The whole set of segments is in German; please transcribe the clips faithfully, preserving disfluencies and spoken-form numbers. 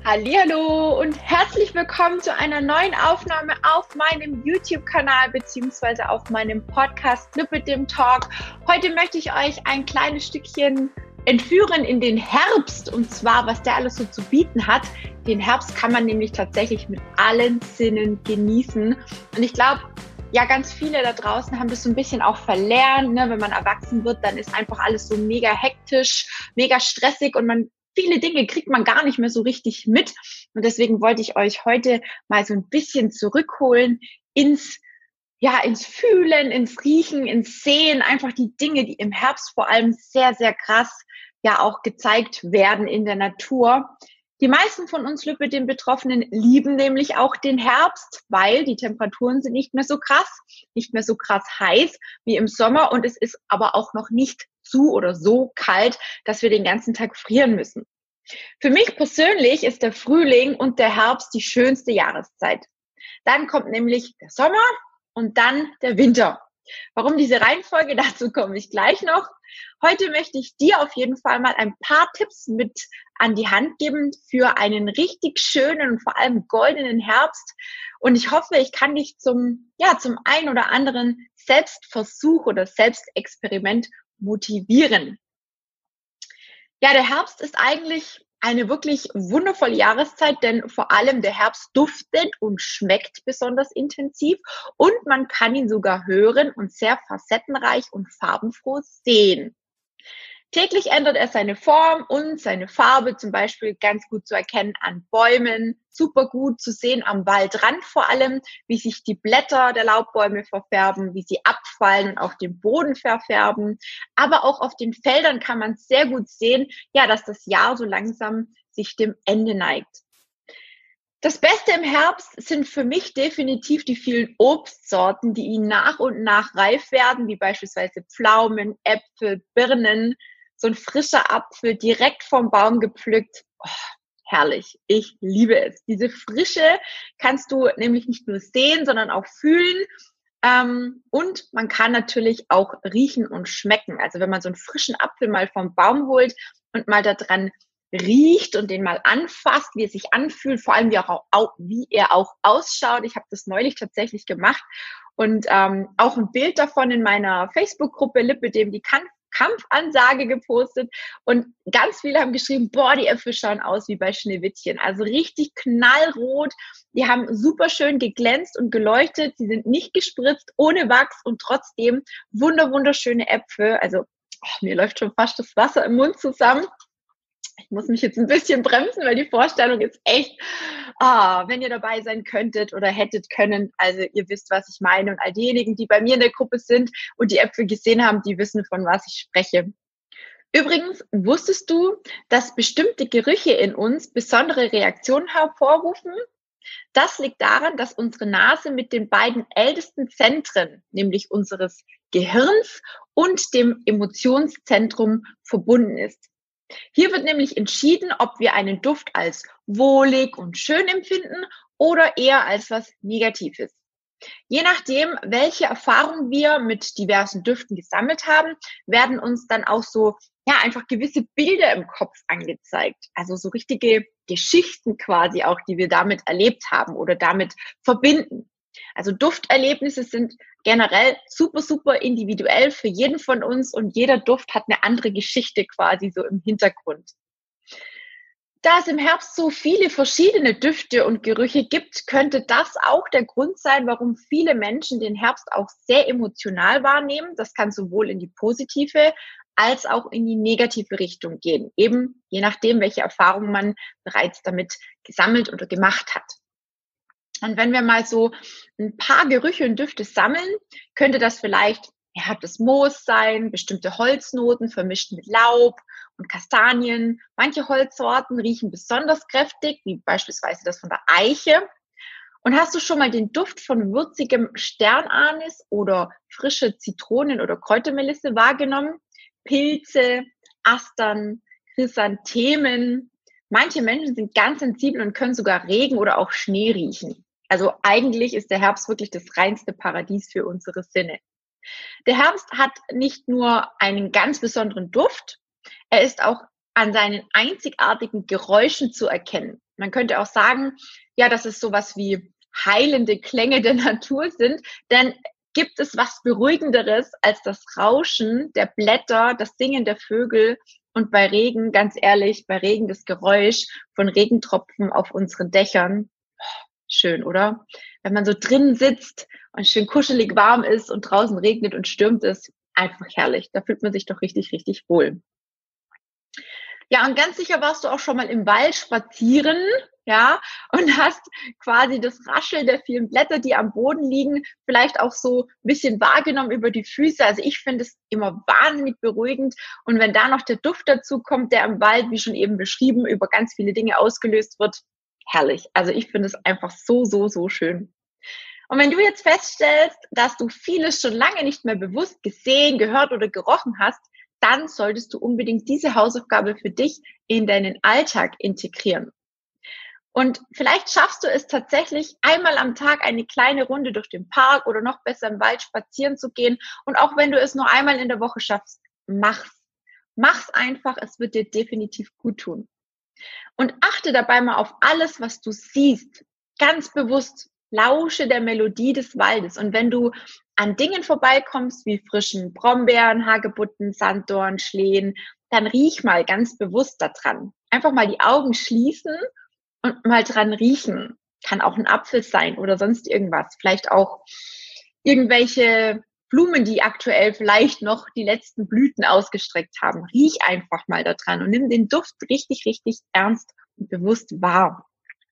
Hallihallo und herzlich willkommen zu einer neuen Aufnahme auf meinem YouTube-Kanal beziehungsweise auf meinem Podcast Lipidem Talk. Heute möchte ich euch ein kleines Stückchen entführen in den Herbst, und zwar, was der alles so zu bieten hat. Den Herbst kann man nämlich tatsächlich mit allen Sinnen genießen. Und ich glaube, ja, ganz viele da draußen haben das so ein bisschen auch verlernt, ne? Wenn man erwachsen wird, dann ist einfach alles so mega hektisch, mega stressig und man viele Dinge kriegt man gar nicht mehr so richtig mit. Und deswegen wollte ich euch heute mal so ein bisschen zurückholen ins, ja, ins Fühlen, ins Riechen, ins Sehen, einfach die Dinge, die im Herbst vor allem sehr, sehr krass ja auch gezeigt werden in der Natur. Die meisten von uns Lipidem-Betroffenen lieben nämlich auch den Herbst, weil die Temperaturen sind nicht mehr so krass, nicht mehr so krass heiß wie im Sommer, und es ist aber auch noch nicht zu oder so kalt, dass wir den ganzen Tag frieren müssen. Für mich persönlich ist der Frühling und der Herbst die schönste Jahreszeit. Dann kommt nämlich der Sommer und dann der Winter. Warum diese Reihenfolge, dazu komme ich gleich noch. Heute möchte ich dir auf jeden Fall mal ein paar Tipps mit an die Hand geben für einen richtig schönen und vor allem goldenen Herbst. Und ich hoffe, ich kann dich zum, ja, zum ein oder anderen Selbstversuch oder Selbstexperiment motivieren. Ja, der Herbst ist eigentlich eine wirklich wundervolle Jahreszeit, denn vor allem der Herbst duftet und schmeckt besonders intensiv und man kann ihn sogar hören und sehr facettenreich und farbenfroh sehen. Täglich ändert er seine Form und seine Farbe, zum Beispiel ganz gut zu erkennen an Bäumen, super gut zu sehen am Waldrand vor allem, wie sich die Blätter der Laubbäume verfärben, wie sie abfallen und auf dem Boden verfärben. Aber auch auf den Feldern kann man sehr gut sehen, ja, dass das Jahr so langsam sich dem Ende neigt. Das Beste im Herbst sind für mich definitiv die vielen Obstsorten, die nach und nach reif werden, wie beispielsweise Pflaumen, Äpfel, Birnen. So ein frischer Apfel direkt vom Baum gepflückt. Oh, herrlich. Ich liebe es. Diese Frische kannst du nämlich nicht nur sehen, sondern auch fühlen. Ähm, und man kann natürlich auch riechen und schmecken. Also wenn man so einen frischen Apfel mal vom Baum holt und mal da dran riecht und den mal anfasst, wie er sich anfühlt, vor allem wie er auch, wie er auch ausschaut. Ich habe das neulich tatsächlich gemacht und ähm, auch ein Bild davon in meiner Facebook-Gruppe Lipidem, die kann Kampfansage gepostet und ganz viele haben geschrieben, boah, die Äpfel schauen aus wie bei Schneewittchen. Also richtig knallrot. Die haben super schön geglänzt und geleuchtet. Sie sind nicht gespritzt, ohne Wachs und trotzdem wunder, wunderschöne Äpfel. Also oh, mir läuft schon fast das Wasser im Mund zusammen. Ich muss mich jetzt ein bisschen bremsen, weil die Vorstellung ist echt, ah, wenn ihr dabei sein könntet oder hättet können. Also ihr wisst, was ich meine. Und all diejenigen, die bei mir in der Gruppe sind und die Äpfel gesehen haben, die wissen, von was ich spreche. Übrigens, wusstest du, dass bestimmte Gerüche in uns besondere Reaktionen hervorrufen? Das liegt daran, dass unsere Nase mit den beiden ältesten Zentren, nämlich unseres Gehirns und dem Emotionszentrum, verbunden ist. Hier wird nämlich entschieden, ob wir einen Duft als wohlig und schön empfinden oder eher als was Negatives. Je nachdem, welche Erfahrungen wir mit diversen Düften gesammelt haben, werden uns dann auch so, ja, einfach gewisse Bilder im Kopf angezeigt. Also so richtige Geschichten quasi auch, die wir damit erlebt haben oder damit verbinden. Also Dufterlebnisse sind generell super, super individuell für jeden von uns und jeder Duft hat eine andere Geschichte quasi so im Hintergrund. Da es im Herbst so viele verschiedene Düfte und Gerüche gibt, könnte das auch der Grund sein, warum viele Menschen den Herbst auch sehr emotional wahrnehmen. Das kann sowohl in die positive als auch in die negative Richtung gehen, eben je nachdem, welche Erfahrungen man bereits damit gesammelt oder gemacht hat. Und wenn wir mal so ein paar Gerüche und Düfte sammeln, könnte das vielleicht, ja, das Moos sein, bestimmte Holznoten vermischt mit Laub und Kastanien. Manche Holzsorten riechen besonders kräftig, wie beispielsweise das von der Eiche. Und hast du schon mal den Duft von würzigem Sternanis oder frische Zitronen- oder Kräutermelisse wahrgenommen? Pilze, Astern, Chrysanthemen. Manche Menschen sind ganz sensibel und können sogar Regen oder auch Schnee riechen. Also eigentlich ist der Herbst wirklich das reinste Paradies für unsere Sinne. Der Herbst hat nicht nur einen ganz besonderen Duft, er ist auch an seinen einzigartigen Geräuschen zu erkennen. Man könnte auch sagen, ja, dass es sowas wie heilende Klänge der Natur sind, denn gibt es was Beruhigenderes als das Rauschen der Blätter, das Singen der Vögel und bei Regen, ganz ehrlich, bei Regen das Geräusch von Regentropfen auf unseren Dächern. Schön, oder? Wenn man so drinnen sitzt und schön kuschelig warm ist und draußen regnet und stürmt es, einfach herrlich. Da fühlt man sich doch richtig, richtig wohl. Ja, und ganz sicher warst du auch schon mal im Wald spazieren, ja, und hast quasi das Rascheln der vielen Blätter, die am Boden liegen, vielleicht auch so ein bisschen wahrgenommen über die Füße. Also ich finde es immer wahnsinnig beruhigend. Und wenn da noch der Duft dazu kommt, der im Wald, wie schon eben beschrieben, über ganz viele Dinge ausgelöst wird, herrlich. Also ich finde es einfach so, so, so schön. Und wenn du jetzt feststellst, dass du vieles schon lange nicht mehr bewusst gesehen, gehört oder gerochen hast, dann solltest du unbedingt diese Hausaufgabe für dich in deinen Alltag integrieren. Und vielleicht schaffst du es tatsächlich, einmal am Tag eine kleine Runde durch den Park oder noch besser im Wald spazieren zu gehen. Und auch wenn du es nur einmal in der Woche schaffst, mach's. Mach's einfach, es wird dir definitiv gut tun. Und achte dabei mal auf alles, was du siehst. Ganz bewusst lausche der Melodie des Waldes. Und wenn du an Dingen vorbeikommst, wie frischen Brombeeren, Hagebutten, Sanddorn, Schlehen, dann riech mal ganz bewusst daran. Einfach mal die Augen schließen und mal dran riechen. Kann auch ein Apfel sein oder sonst irgendwas. Vielleicht auch irgendwelche Blumen, die aktuell vielleicht noch die letzten Blüten ausgestreckt haben. Riech einfach mal da dran und nimm den Duft richtig, richtig ernst und bewusst wahr.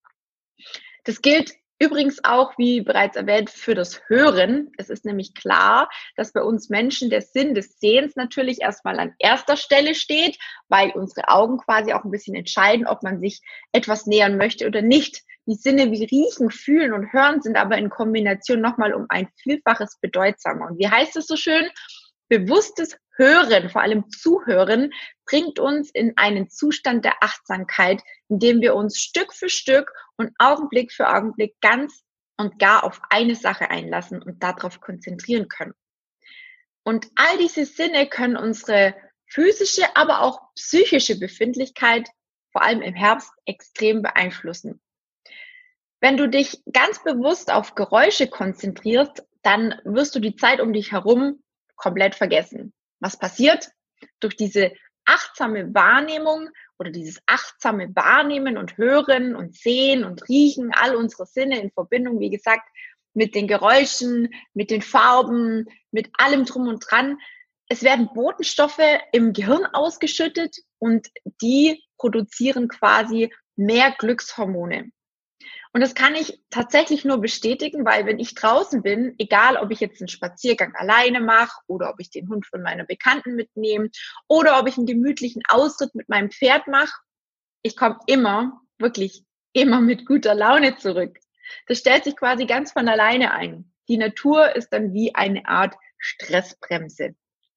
Das gilt übrigens auch, wie bereits erwähnt, für das Hören. Es ist nämlich klar, dass bei uns Menschen der Sinn des Sehens natürlich erstmal an erster Stelle steht, weil unsere Augen quasi auch ein bisschen entscheiden, ob man sich etwas nähern möchte oder nicht. Die Sinne wie Riechen, Fühlen und Hören sind aber in Kombination nochmal um ein Vielfaches bedeutsamer. Und wie heißt es so schön? Bewusstes Hören, vor allem Zuhören, bringt uns in einen Zustand der Achtsamkeit, in dem wir uns Stück für Stück und Augenblick für Augenblick ganz und gar auf eine Sache einlassen und darauf konzentrieren können. Und all diese Sinne können unsere physische, aber auch psychische Befindlichkeit, vor allem im Herbst, extrem beeinflussen. Wenn du dich ganz bewusst auf Geräusche konzentrierst, dann wirst du die Zeit um dich herum komplett vergessen. Was passiert? Durch diese achtsame Wahrnehmung oder dieses achtsame Wahrnehmen und Hören und Sehen und Riechen, all unsere Sinne in Verbindung, wie gesagt, mit den Geräuschen, mit den Farben, mit allem drum und dran. Es werden Botenstoffe im Gehirn ausgeschüttet und die produzieren quasi mehr Glückshormone. Und das kann ich tatsächlich nur bestätigen, weil wenn ich draußen bin, egal ob ich jetzt einen Spaziergang alleine mache oder ob ich den Hund von meiner Bekannten mitnehme oder ob ich einen gemütlichen Ausritt mit meinem Pferd mache, ich komme immer, wirklich immer mit guter Laune zurück. Das stellt sich quasi ganz von alleine ein. Die Natur ist dann wie eine Art Stressbremse.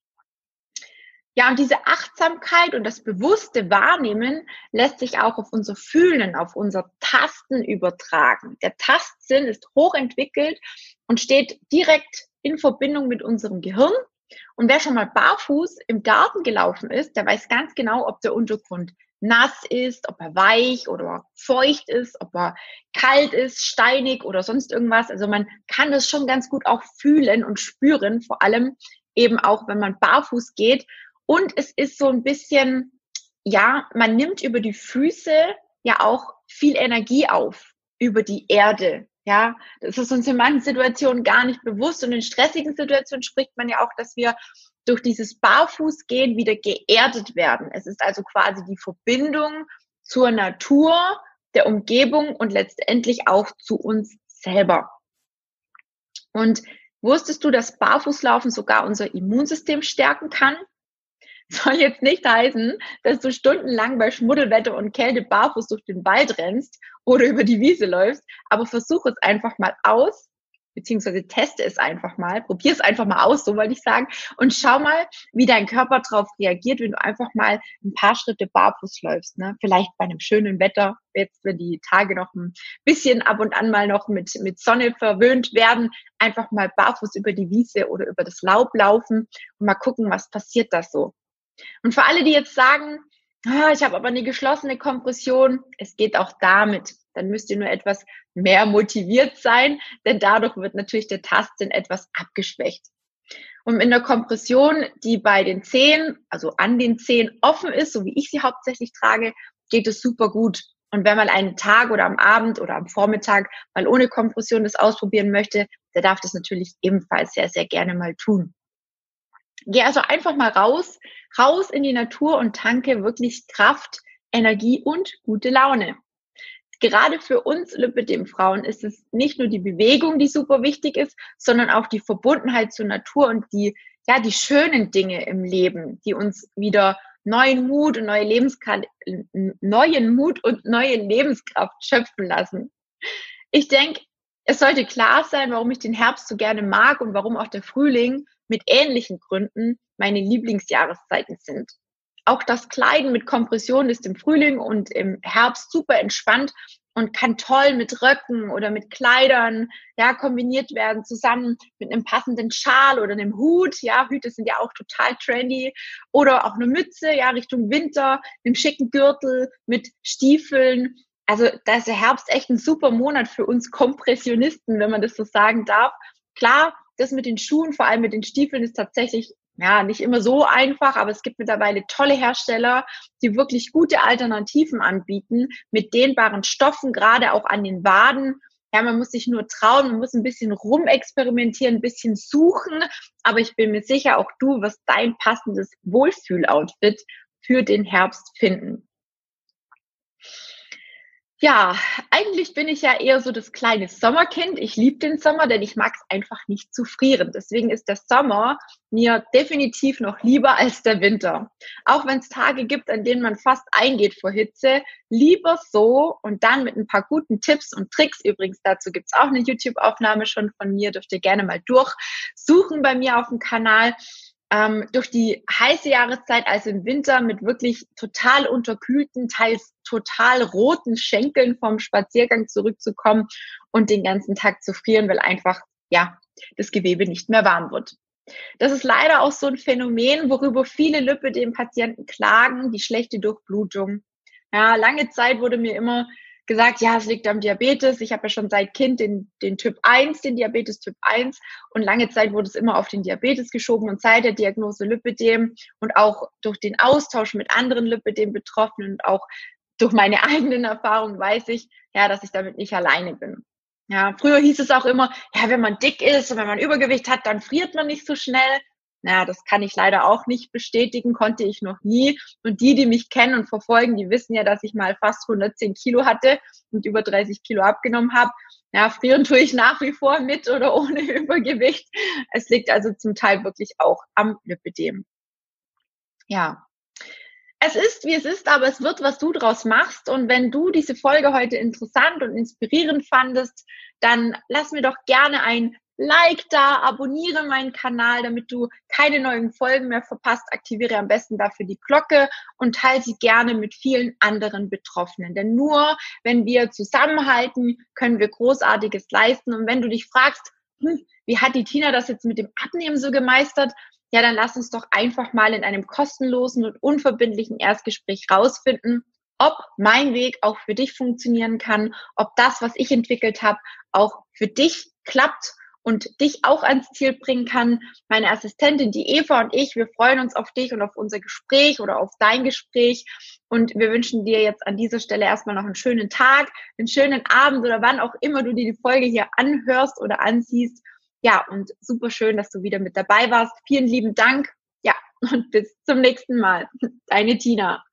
Ja, und diese Achtsamkeit und das bewusste Wahrnehmen lässt sich auch auf unser Fühlen, auf unser Tasten übertragen. Der Tastsinn ist hochentwickelt und steht direkt in Verbindung mit unserem Gehirn. Und wer schon mal barfuß im Garten gelaufen ist, der weiß ganz genau, ob der Untergrund nass ist, ob er weich oder feucht ist, ob er kalt ist, steinig oder sonst irgendwas. Also man kann das schon ganz gut auch fühlen und spüren, vor allem eben auch, wenn man barfuß geht. Und es ist so ein bisschen, ja, man nimmt über die Füße ja auch viel Energie auf, über die Erde. Ja, das ist uns in manchen Situationen gar nicht bewusst. Und in stressigen Situationen spricht man ja auch, dass wir durch dieses Barfußgehen wieder geerdet werden. Es ist also quasi die Verbindung zur Natur, der Umgebung und letztendlich auch zu uns selber. Und wusstest du, dass Barfußlaufen sogar unser Immunsystem stärken kann? Soll jetzt nicht heißen, dass du stundenlang bei Schmuddelwetter und Kälte barfuß durch den Wald rennst oder über die Wiese läufst, aber versuch es einfach mal aus, beziehungsweise teste es einfach mal, probier es einfach mal aus, so wollte ich sagen, und schau mal, wie dein Körper darauf reagiert, wenn du einfach mal ein paar Schritte barfuß läufst, ne? Vielleicht bei einem schönen Wetter, jetzt wenn die Tage noch ein bisschen ab und an mal noch mit, mit Sonne verwöhnt werden, einfach mal barfuß über die Wiese oder über das Laub laufen und mal gucken, was passiert da so. Und für alle, die jetzt sagen, Ah, ich habe aber eine geschlossene Kompression. Es geht auch damit. Dann müsst ihr nur etwas mehr motiviert sein, denn dadurch wird natürlich der Tastsinn etwas abgeschwächt. Und in der Kompression, die bei den Zehen, also an den Zehen offen ist, so wie ich sie hauptsächlich trage, geht es super gut. Und wenn man einen Tag oder am Abend oder am Vormittag mal ohne Kompression das ausprobieren möchte, der darf das natürlich ebenfalls sehr, sehr gerne mal tun. Geh also einfach mal raus, raus in die Natur und tanke wirklich Kraft, Energie und gute Laune. Gerade für uns Lipödem-Frauen ist es nicht nur die Bewegung, die super wichtig ist, sondern auch die Verbundenheit zur Natur und die, ja, die schönen Dinge im Leben, die uns wieder neuen Mut und neue Lebenskraft, neuen Mut und neue Lebenskraft schöpfen lassen. Ich denke, es sollte klar sein, warum ich den Herbst so gerne mag und warum auch der Frühling mit ähnlichen Gründen meine Lieblingsjahreszeiten sind. Auch das Kleiden mit Kompression ist im Frühling und im Herbst super entspannt und kann toll mit Röcken oder mit Kleidern, ja, kombiniert werden, zusammen mit einem passenden Schal oder einem Hut. Ja, Hüte sind ja auch total trendy. Oder auch eine Mütze, ja, Richtung Winter, einem schicken Gürtel, mit Stiefeln. Also da ist der Herbst echt ein super Monat für uns Kompressionisten, wenn man das so sagen darf. Klar, das mit den Schuhen, vor allem mit den Stiefeln, ist tatsächlich ja nicht immer so einfach, aber es gibt mittlerweile tolle Hersteller, die wirklich gute Alternativen anbieten mit dehnbaren Stoffen, gerade auch an den Waden. Ja, man muss sich nur trauen, man muss ein bisschen rumexperimentieren, ein bisschen suchen, aber ich bin mir sicher, auch du wirst dein passendes Wohlfühl-Outfit für den Herbst finden. Ja, eigentlich bin ich ja eher so das kleine Sommerkind. Ich liebe den Sommer, denn ich mag es einfach nicht zu frieren. Deswegen ist der Sommer mir definitiv noch lieber als der Winter. Auch wenn es Tage gibt, an denen man fast eingeht vor Hitze, lieber so und dann mit ein paar guten Tipps und Tricks. Übrigens, dazu gibt's auch eine YouTube-Aufnahme schon von mir, dürft ihr gerne mal durchsuchen bei mir auf dem Kanal. Ähm, durch die heiße Jahreszeit, also im Winter, mit wirklich total unterkühlten, teils total roten Schenkeln vom Spaziergang zurückzukommen und den ganzen Tag zu frieren, weil einfach, ja, das Gewebe nicht mehr warm wird. Das ist leider auch so ein Phänomen, worüber viele Lipödem-Patienten klagen, die schlechte Durchblutung. Ja, lange Zeit wurde mir immer gesagt, ja, es liegt am Diabetes. Ich habe ja schon seit Kind den, den Typ eins, den Diabetes Typ eins, und lange Zeit wurde es immer auf den Diabetes geschoben, und seit der Diagnose Lipödem und auch durch den Austausch mit anderen Lipödem-Betroffenen und auch durch meine eigenen Erfahrungen weiß ich, ja, dass ich damit nicht alleine bin. Ja, früher hieß es auch immer, ja, wenn man dick ist und wenn man Übergewicht hat, dann friert man nicht so schnell. Naja, das kann ich leider auch nicht bestätigen, konnte ich noch nie. Und die, die mich kennen und verfolgen, die wissen ja, dass ich mal fast hundertzehn Kilo hatte und über dreißig Kilo abgenommen habe. Ja, frieren tue ich nach wie vor mit oder ohne Übergewicht. Es liegt also zum Teil wirklich auch am Lipödem. Ja. Es ist, wie es ist, aber es wird, was du draus machst. Und wenn du diese Folge heute interessant und inspirierend fandest, dann lass mir doch gerne ein Like da, abonniere meinen Kanal, damit du keine neuen Folgen mehr verpasst. Aktiviere am besten dafür die Glocke und teile sie gerne mit vielen anderen Betroffenen. Denn nur wenn wir zusammenhalten, können wir Großartiges leisten. Und wenn du dich fragst, hm, wie hat die Tina das jetzt mit dem Abnehmen so gemeistert? Ja, dann lass uns doch einfach mal in einem kostenlosen und unverbindlichen Erstgespräch rausfinden, ob mein Weg auch für dich funktionieren kann, ob das, was ich entwickelt habe, auch für dich klappt und dich auch ans Ziel bringen kann. Meine Assistentin, die Eva, und ich, wir freuen uns auf dich und auf unser Gespräch oder auf dein Gespräch. Und wir wünschen dir jetzt an dieser Stelle erstmal noch einen schönen Tag, einen schönen Abend oder wann auch immer du dir die Folge hier anhörst oder ansiehst. Ja, und super schön, dass du wieder mit dabei warst. Vielen lieben Dank. Ja, und bis zum nächsten Mal. Deine Tina.